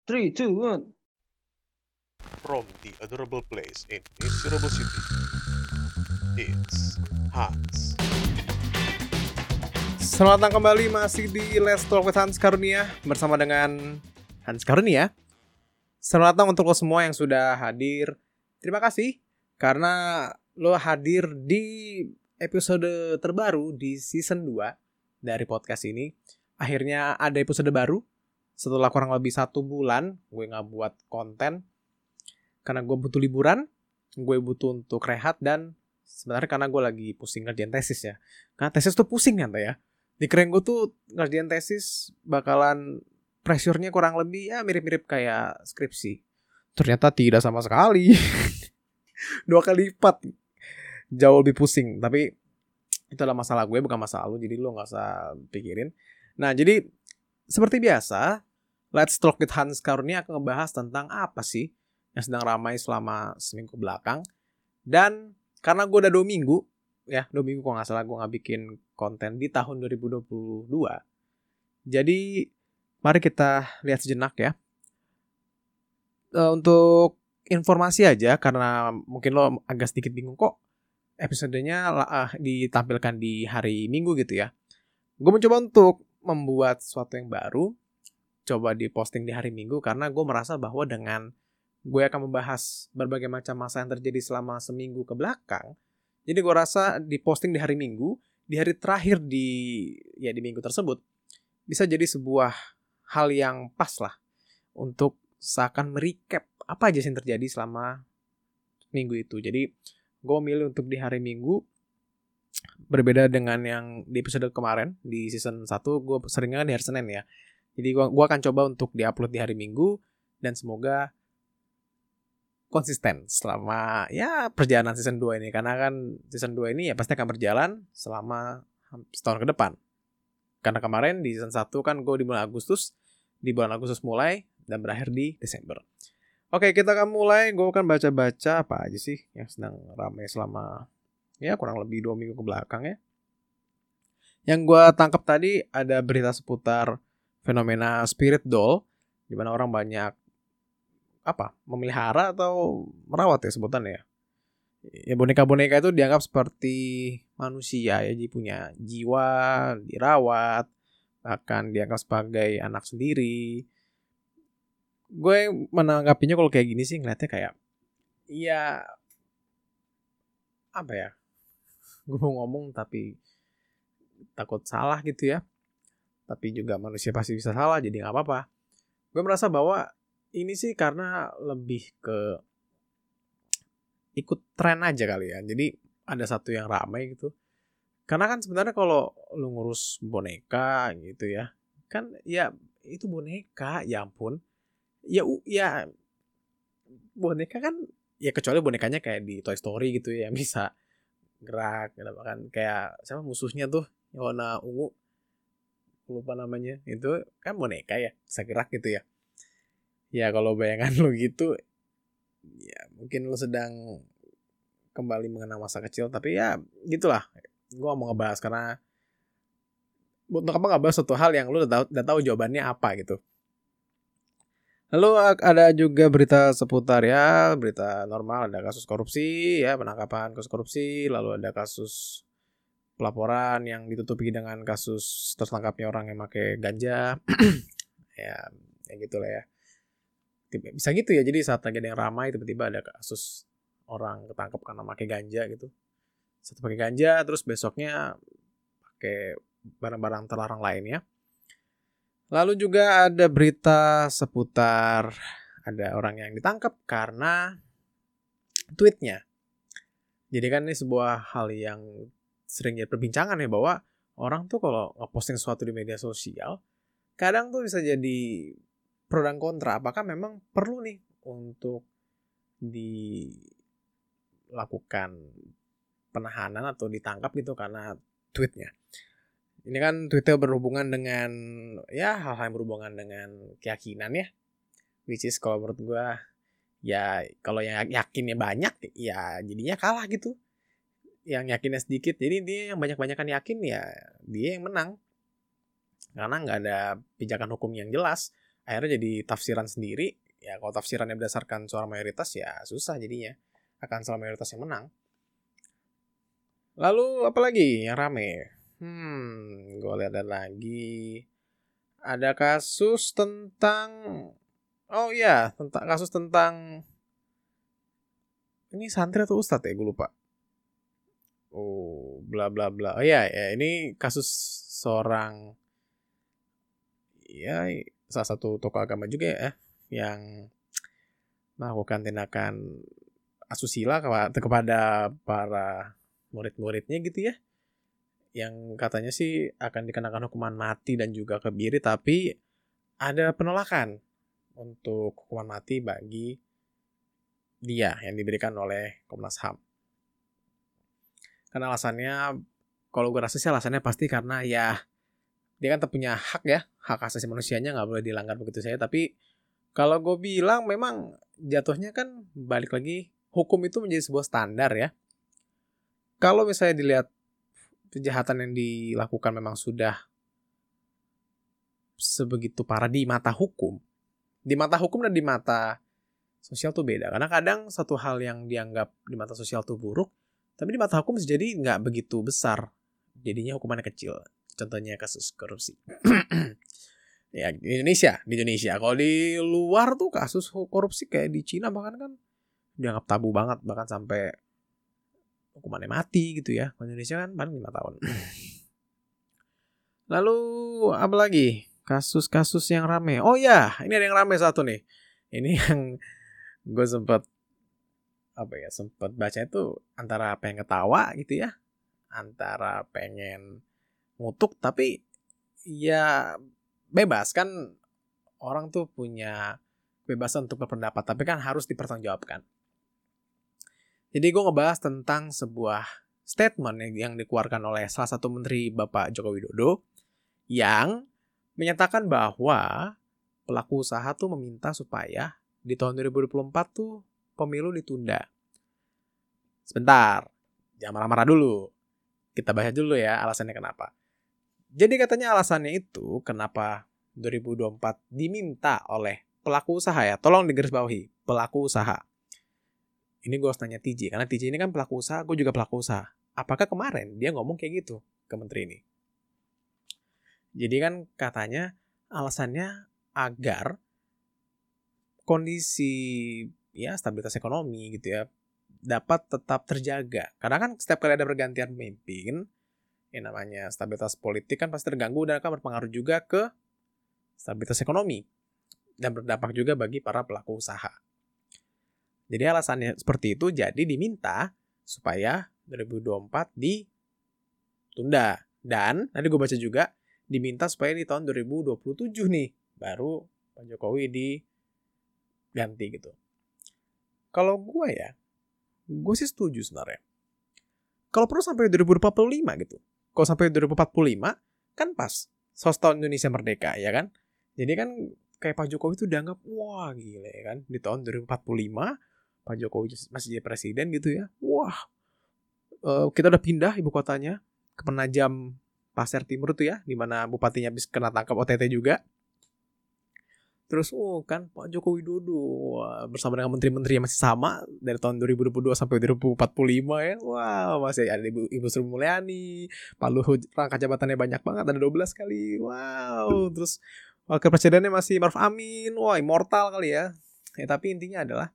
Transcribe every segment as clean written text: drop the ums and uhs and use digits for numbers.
3, 2, 1. From the adorable place in miserable city, it's Hans. Selamat datang kembali masih di Let's Talk with Hans Karunia bersama dengan Hans Karunia. Selamat datang untuk lo semua yang sudah hadir. Terima kasih karena lo hadir di episode terbaru di season 2 dari podcast ini. Akhirnya ada episode baru setelah kurang lebih 1 bulan gue gak buat konten. Karena gue butuh liburan, gue butuh untuk rehat, dan sebenarnya karena gue lagi pusing ngerjain tesis ya. Karena tesis tuh pusing kan ya. Dikirain gue tuh ngerjain tesis bakalan pressure-nya kurang lebih ya mirip-mirip kayak skripsi. Ternyata tidak sama sekali. 2 kali lipat. Jauh lebih pusing. Tapi itu adalah masalah gue, bukan masalah lu. Jadi lu gak usah pikirin. Nah, jadi seperti biasa, Let's Talk with Hans Karunia akan ngebahas tentang apa sih yang sedang ramai selama seminggu belakang. Dan karena gue udah 2 minggu, ya 2 minggu kalau gak salah gue gak bikin konten di tahun 2022. Jadi mari kita lihat sejenak ya. Untuk informasi aja, karena mungkin lo agak sedikit bingung kok episodenya ditampilkan di hari Minggu gitu ya. Gue mencoba untuk membuat sesuatu yang baru, coba diposting di hari Minggu, karena gue merasa bahwa dengan gue akan membahas berbagai macam masa yang terjadi selama seminggu ke belakang, jadi gue rasa diposting di hari Minggu, di hari terakhir di minggu tersebut, bisa jadi sebuah hal yang pas lah untuk seakan merecap apa aja yang terjadi selama minggu itu. Jadi gue milih untuk di hari Minggu, berbeda dengan yang di episode kemarin di season 1, gue seringnya di hari Senin ya. Jadi gue akan coba untuk diupload di hari Minggu, dan semoga konsisten selama ya perjalanan season 2 ini. Karena kan season 2 ini ya pasti akan berjalan selama setahun ke depan. Karena kemarin di season 1 kan gue di bulan Agustus mulai dan berakhir di Desember. Oke, kita akan mulai. Gue akan baca-baca apa aja sih yang sedang ramai selama ya kurang lebih 2 minggu ke belakang ya. Yang gue tangkap tadi ada berita seputar fenomena spirit doll, di mana orang banyak memelihara atau merawat ya sebutannya ya. Ya boneka-boneka itu dianggap seperti manusia ya, jadi punya jiwa, dirawat, bahkan dianggap sebagai anak sendiri. Gue menanggapinya kalau kayak gini sih ngeliatnya kayak ya apa ya, gue mau ngomong tapi takut salah gitu ya, tapi juga manusia pasti bisa salah, jadi gak apa-apa. Gue merasa bahwa ini sih karena lebih ke ikut tren aja kali ya. Jadi ada satu yang ramai gitu. Karena kan sebenarnya kalau lu ngurus boneka gitu ya, kan ya itu boneka, ya ampun. Ya boneka kan ya, kecuali bonekanya kayak di Toy Story gitu ya, yang bisa gerak, kan kayak siapa musuhnya tuh yang warna ungu, lupa namanya, itu kan boneka ya, bisa gerak gitu ya. Ya kalau bayangan lu gitu, ya mungkin lu sedang kembali mengenang masa kecil. Tapi ya gitulah, gue mau ngebahas karena untuk apa ngebahas suatu hal yang lu udah tahu jawabannya apa gitu. Lalu ada juga berita seputar ya, berita normal, ada kasus korupsi ya, penangkapan kasus korupsi, lalu ada kasus pelaporan yang ditutupi dengan kasus tertangkapnya orang yang pakai ganja. ya gitulah ya. Bisa gitu ya, jadi saat lagi ada yang ramai tiba-tiba ada kasus orang ketangkep karena pakai ganja gitu. Satu pakai ganja, terus besoknya pakai barang-barang terlarang lainnya. Lalu juga ada berita seputar ada orang yang ditangkap karena tweetnya. Jadi kan ini sebuah hal yang sering jadi perbincangan ya, bahwa orang tuh kalau ngeposting sesuatu di media sosial, kadang tuh bisa jadi pro dan kontra. Apakah memang perlu nih untuk dilakukan penahanan atau ditangkap gitu karena tweetnya. Ini kan tweetnya berhubungan dengan ya hal-hal yang berhubungan dengan keyakinan ya, which is kalau menurut gue ya kalau yang yakinnya banyak ya jadinya kalah gitu, yang yakinnya sedikit jadi dia yang banyak-banyakan yakin ya dia yang menang, karena nggak ada pijakan hukum yang jelas. akhirnya jadi tafsiran sendiri. Ya kalau tafsirannya berdasarkan suara mayoritas ya susah jadinya, akan suara mayoritas yang menang. Lalu apalagi yang rame? Gue lihat lagi. Ada kasus tentang, oh iya, tentang kasus tentang, ini santri atau ustadz ya, gue lupa. Oh, bla bla bla. Oh iya, ya ini kasus seorang, ya salah satu tokoh agama juga ya, yang melakukan tindakan asusila kepada para murid-muridnya gitu ya, yang katanya sih akan dikenakan hukuman mati dan juga kebiri, tapi ada penolakan untuk hukuman mati bagi dia yang diberikan oleh Komnas HAM. Karena alasannya, kalau gue rasa sih alasannya pasti karena ya dia kan punya hak ya, hak asasi manusianya nggak boleh dilanggar begitu saja. Tapi kalau gue bilang memang jatuhnya kan balik lagi, hukum itu menjadi sebuah standar ya. Kalau misalnya dilihat kejahatan yang dilakukan memang sudah sebegitu parah di mata hukum dan di mata sosial tuh beda. Karena kadang satu hal yang dianggap di mata sosial tuh buruk, tapi di mata hukum bisa jadi nggak begitu besar, jadinya hukumannya kecil. Contohnya kasus korupsi. Ya di Indonesia. Kalau di luar tuh kasus korupsi kayak di Cina bahkan kan dianggap tabu banget, bahkan sampai hukumannya mati gitu ya. Di Indonesia kan paling 5 tahun. Lalu apa lagi? Kasus-kasus yang rame. Oh ya, ini ada yang rame satu nih. Ini yang gue sempat baca itu, antara pengen ketawa gitu ya, antara pengen ngutuk, tapi ya bebas kan, orang tuh punya kebebasan untuk berpendapat, tapi kan harus dipertanggungjawabkan. Jadi gue ngebahas tentang sebuah statement yang dikeluarkan oleh salah satu menteri Bapak Joko Widodo, yang menyatakan bahwa pelaku usaha tuh meminta supaya di tahun 2024 tuh pemilu ditunda. Sebentar, jangan marah-marah dulu. Kita bahas dulu ya alasannya kenapa. Jadi katanya alasannya itu kenapa 2024 diminta oleh pelaku usaha ya. Tolong digarisbawahi, pelaku usaha. Ini gue harus nanya TJ, karena TJ ini kan pelaku usaha, gue juga pelaku usaha. Apakah kemarin dia ngomong kayak gitu ke menteri ini? Jadi kan katanya alasannya agar kondisi ya stabilitas ekonomi gitu ya dapat tetap terjaga. Karena kan setiap kali ada pergantian pemimpin, yang namanya stabilitas politik kan pasti terganggu dan akan berpengaruh juga ke stabilitas ekonomi dan berdampak juga bagi para pelaku usaha. Jadi alasannya seperti itu, jadi diminta supaya 2024 ditunda. Dan nanti gue baca juga diminta supaya di tahun 2027 nih baru Pak Jokowi diganti gitu. Kalau gue sih setuju sebenarnya. Kalau perlu sampai 2045 gitu. Kalau sampai 2045 kan pas 100 tahun Indonesia merdeka ya kan. Jadi kan kayak Pak Jokowi itu dianggap wah gila ya kan. Di tahun 2045 Pak Jokowi masih jadi presiden gitu ya. Wah, kita udah pindah ibu kotanya ke Penajam Pasir Timur tuh ya, dimana bupatinya habis kena tangkap OTT juga. Terus kan Pak Joko Widodo bersama dengan menteri-menteri yang masih sama dari tahun 2022 sampai 2045 ya. Wow, masih ada Ibu Sri Mulyani, Pak Luhut, rangka jabatannya banyak banget, ada 12 kali. Wow, terus wakil presidennya masih Maruf Amin. Wah, immortal kali ya. Tapi intinya adalah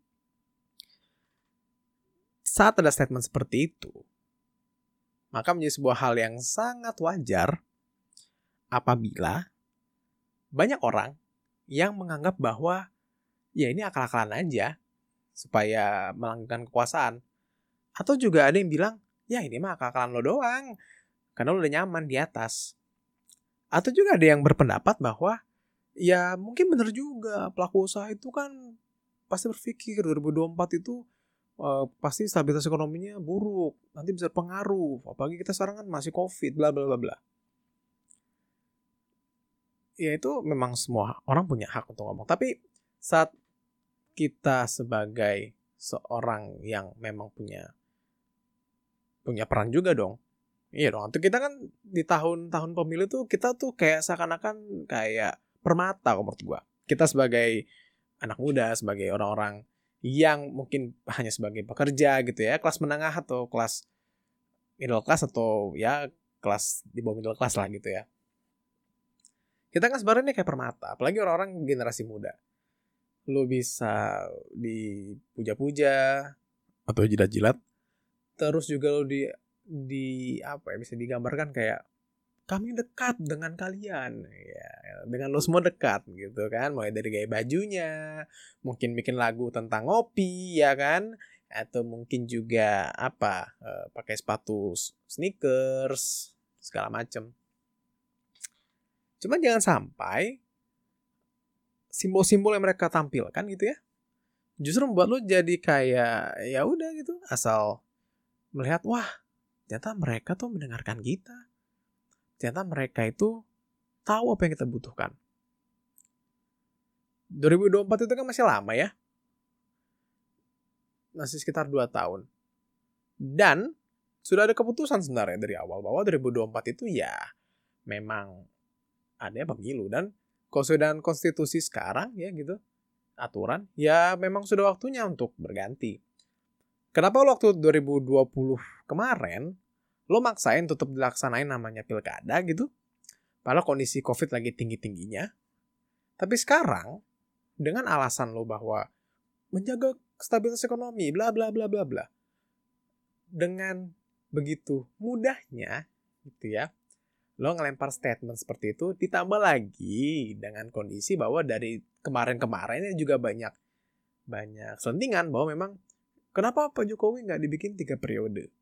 saat ada statement seperti itu, maka menjadi sebuah hal yang sangat wajar apabila banyak orang yang menganggap bahwa ya ini akal-akalan aja supaya melanggengkan kekuasaan. Atau juga ada yang bilang, ya ini mah akal-akalan lo doang, karena lo udah nyaman di atas. Atau juga ada yang berpendapat bahwa ya mungkin bener juga, pelaku usaha itu kan pasti berpikir 2024 itu pasti stabilitas ekonominya buruk, nanti bisa pengaruh, apalagi kita sekarang kan masih COVID, bla bla bla bla. Ya itu memang semua orang punya hak untuk ngomong. Tapi saat kita sebagai seorang yang memang punya peran juga dong. Iya dong. Itu kita kan di tahun-tahun pemilu tuh kita tuh kayak seakan-akan kayak permata kalau menurut gue. Kita sebagai anak muda, sebagai orang-orang yang mungkin hanya sebagai pekerja gitu ya, kelas menengah atau kelas middle class atau ya kelas di bawah middle class lah gitu ya. Kita kan sebenarnya kayak permata, apalagi orang-orang generasi muda. Lu bisa dipuja-puja atau jilat-jilat. Terus juga lu di apa ya, bisa digambarkan kayak kami dekat dengan kalian ya, dengan lo semua dekat gitu kan, mulai dari gaya bajunya, mungkin bikin lagu tentang ngopi ya kan, atau mungkin juga apa pakai sepatu sneakers segala macem. Cuman jangan sampai simbol-simbol yang mereka tampilkan gitu ya justru membuat lo jadi kayak ya udah gitu, asal melihat wah ternyata mereka tuh mendengarkan kita. Ternyata mereka itu tahu apa yang kita butuhkan. 2024 itu kan masih lama ya. Masih sekitar 2 tahun. Dan sudah ada keputusan sebenarnya dari awal bahwa 2024 itu ya memang ada pemilu. Dan konstitusi konstitusi sekarang ya gitu, aturan, ya memang sudah waktunya untuk berganti. Kenapa waktu 2020 kemarin lo maksain tetap dilaksanain namanya pilkada gitu? Padahal kondisi COVID lagi tinggi-tingginya. Tapi sekarang, dengan alasan lo bahwa menjaga stabilitas ekonomi, bla bla bla bla bla. Dengan begitu mudahnya, gitu ya, lo ngelempar statement seperti itu, ditambah lagi dengan kondisi bahwa dari kemarin-kemarin juga banyak selentingan bahwa memang kenapa Pak Jokowi nggak dibikin 3 periode?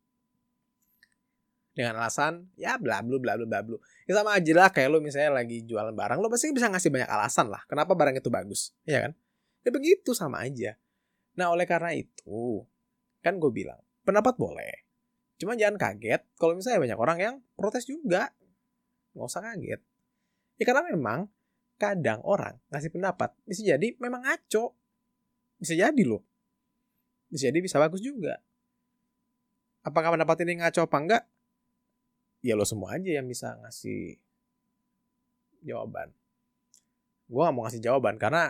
Dengan alasan ya bla bla bla bla bla. Ya sama aja lah kayak lo misalnya lagi jualan barang, lo pasti bisa ngasih banyak alasan lah kenapa barang itu bagus, ya kan? Ya begitu, sama aja. Nah oleh karena itu kan gue bilang pendapat boleh, cuma jangan kaget kalau misalnya banyak orang yang protes juga. Nggak usah kaget. Ya karena memang kadang orang ngasih pendapat bisa jadi memang ngaco, bisa jadi loh, bisa jadi bisa bagus juga. Apakah pendapat ini ngaco apa enggak? Ya lo semua aja yang bisa ngasih jawaban. Gue gak mau ngasih jawaban karena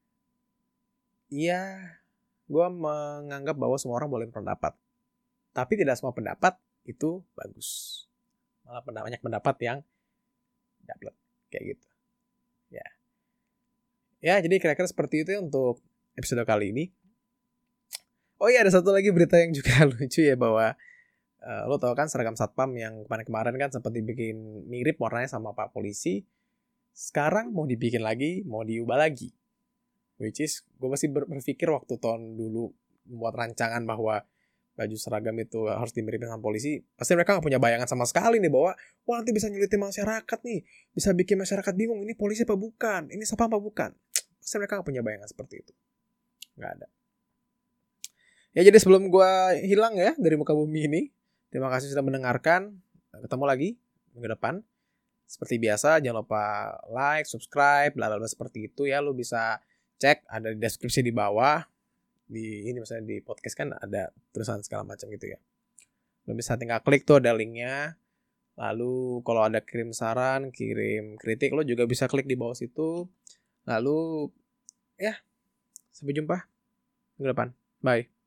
ya gue menganggap bahwa semua orang boleh berpendapat. Tapi tidak semua pendapat itu bagus. Malah banyak pendapat yang dablek kayak gitu. Ya. Ya, jadi kira-kira seperti itu ya untuk episode kali ini. Oh iya, ada satu lagi berita yang juga lucu ya, bahwa lo tau kan seragam satpam yang kemarin-kemarin kan sempat dibikin mirip warnanya sama Pak Polisi. Sekarang mau dibikin lagi, mau diubah lagi. Which is, gue masih berpikir waktu tahun dulu membuat rancangan bahwa baju seragam itu harus dimiripin sama polisi, pasti mereka gak punya bayangan sama sekali nih bahwa wah nanti bisa nyulitin masyarakat nih, bisa bikin masyarakat bingung, ini polisi apa bukan, ini satpam apa bukan. Pasti mereka gak punya bayangan seperti itu. Gak ada. Ya jadi sebelum gue hilang ya dari muka bumi ini, terima kasih sudah mendengarkan. Ketemu lagi minggu depan. Seperti biasa, jangan lupa like, subscribe, bla bla seperti itu ya. Lo bisa cek ada di deskripsi di bawah. Di ini misalnya di podcast kan ada tulisan segala macam gitu ya. Lo bisa tinggal klik tuh ada linknya. Lalu kalau ada kirim saran, kirim kritik, lo juga bisa klik di bawah situ. Lalu ya, sampai jumpa minggu depan. Bye.